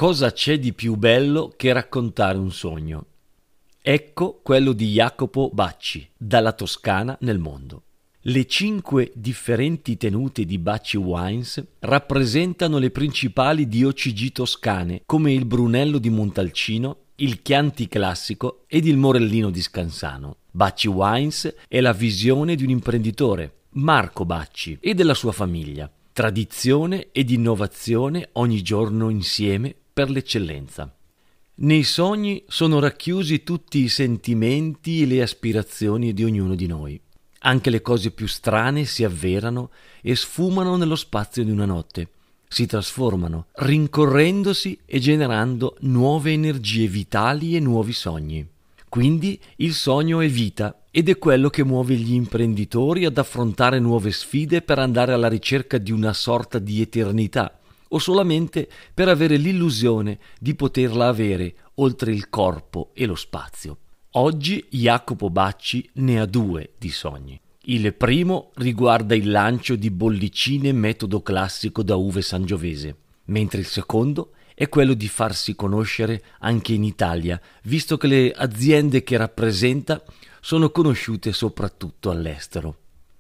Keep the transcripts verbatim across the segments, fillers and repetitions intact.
Cosa c'è di più bello che raccontare un sogno? Ecco quello di Jacopo Bacci, dalla Toscana nel mondo. Le cinque differenti tenute di Bacci Wines rappresentano le principali D O C G toscane, come il Brunello di Montalcino, il Chianti Classico ed il Morellino di Scansano. Bacci Wines è la visione di un imprenditore, Marco Bacci, e della sua famiglia. Tradizione ed innovazione ogni giorno insieme per l'eccellenza. Nei sogni sono racchiusi tutti i sentimenti e le aspirazioni di ognuno di noi. Anche le cose più strane si avverano e sfumano nello spazio di una notte. Si trasformano, rincorrendosi e generando nuove energie vitali e nuovi sogni. Quindi il sogno è vita ed è quello che muove gli imprenditori ad affrontare nuove sfide per andare alla ricerca di una sorta di eternità, o solamente per avere l'illusione di poterla avere oltre il corpo e lo spazio. Oggi Jacopo Bacci ne ha due di sogni. Il primo riguarda il lancio di bollicine metodo classico da uve sangiovese, mentre il secondo è quello di farsi conoscere anche in Italia, visto che le aziende che rappresenta sono conosciute soprattutto all'estero.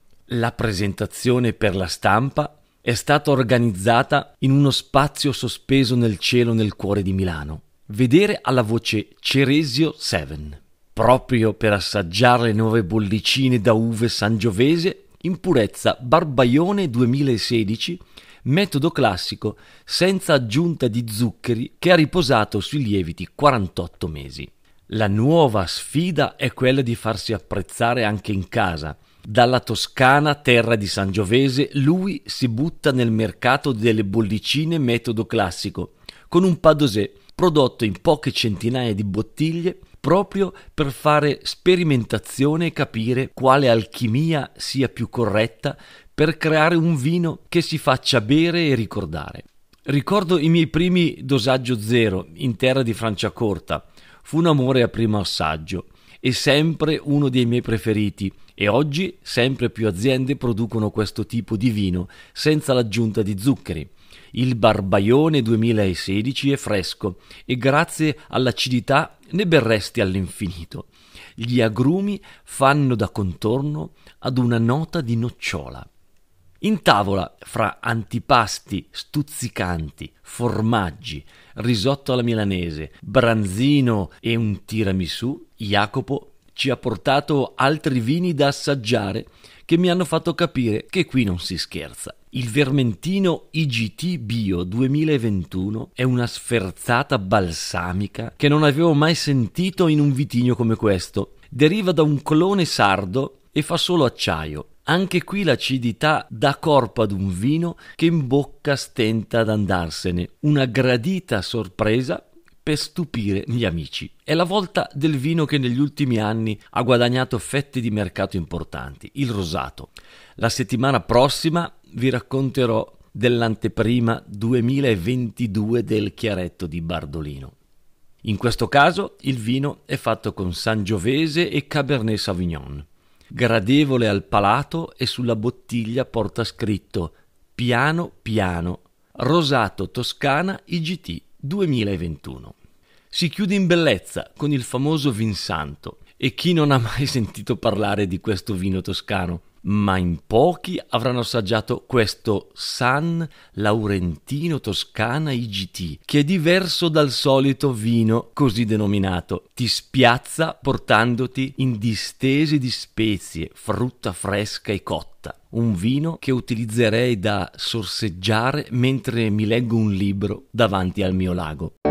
La presentazione per la stampa è stata organizzata in uno spazio sospeso nel cielo nel cuore di Milano. Vedere alla voce Ceresio sette, proprio per assaggiare le nuove bollicine da uve sangiovese in purezza Barbaione duemilasedici, metodo classico senza aggiunta di zuccheri, che ha riposato sui lieviti quarantotto mesi. La nuova sfida è quella di farsi apprezzare anche in casa. Dalla Toscana, terra di Sangiovese, lui si butta nel mercato delle bollicine metodo classico, con un Padosè prodotto in poche centinaia di bottiglie, proprio per fare sperimentazione e capire quale alchimia sia più corretta per creare un vino che si faccia bere e ricordare. Ricordo i miei primi dosaggio zero in terra di Franciacorta. Fu un amore a primo assaggio e sempre uno dei miei preferiti, e oggi sempre più aziende producono questo tipo di vino senza l'aggiunta di zuccheri. Il Barbaione duemilasedici è fresco e grazie all'acidità ne berresti all'infinito. Gli agrumi fanno da contorno ad una nota di nocciola. In tavola, fra antipasti stuzzicanti, formaggi, risotto alla milanese, branzino e un tiramisù, Jacopo ci ha portato altri vini da assaggiare che mi hanno fatto capire che qui non si scherza. Il Vermentino I G T Bio duemilaventuno è una sferzata balsamica che non avevo mai sentito in un vitigno come questo. Deriva da un clone sardo e fa solo acciaio. Anche qui l'acidità dà corpo ad un vino che in bocca stenta ad andarsene. Una gradita sorpresa per stupire gli amici. È la volta del vino che negli ultimi anni ha guadagnato fette di mercato importanti, il rosato. La settimana prossima vi racconterò dell'anteprima duemilaventidue del Chiaretto di Bardolino. In questo caso il vino è fatto con Sangiovese e Cabernet Sauvignon. Gradevole al palato, e sulla bottiglia porta scritto piano piano Rosato Toscana I G T duemilaventuno. Si chiude in bellezza con il famoso Vinsanto, e chi non ha mai sentito parlare di questo vino toscano? Ma in pochi avranno assaggiato questo San Laurentino Toscana I G T, che è diverso dal solito vino così denominato. Ti spiazza portandoti in distese di spezie, frutta fresca e cotta. Un vino che utilizzerei da sorseggiare mentre mi leggo un libro davanti al mio lago.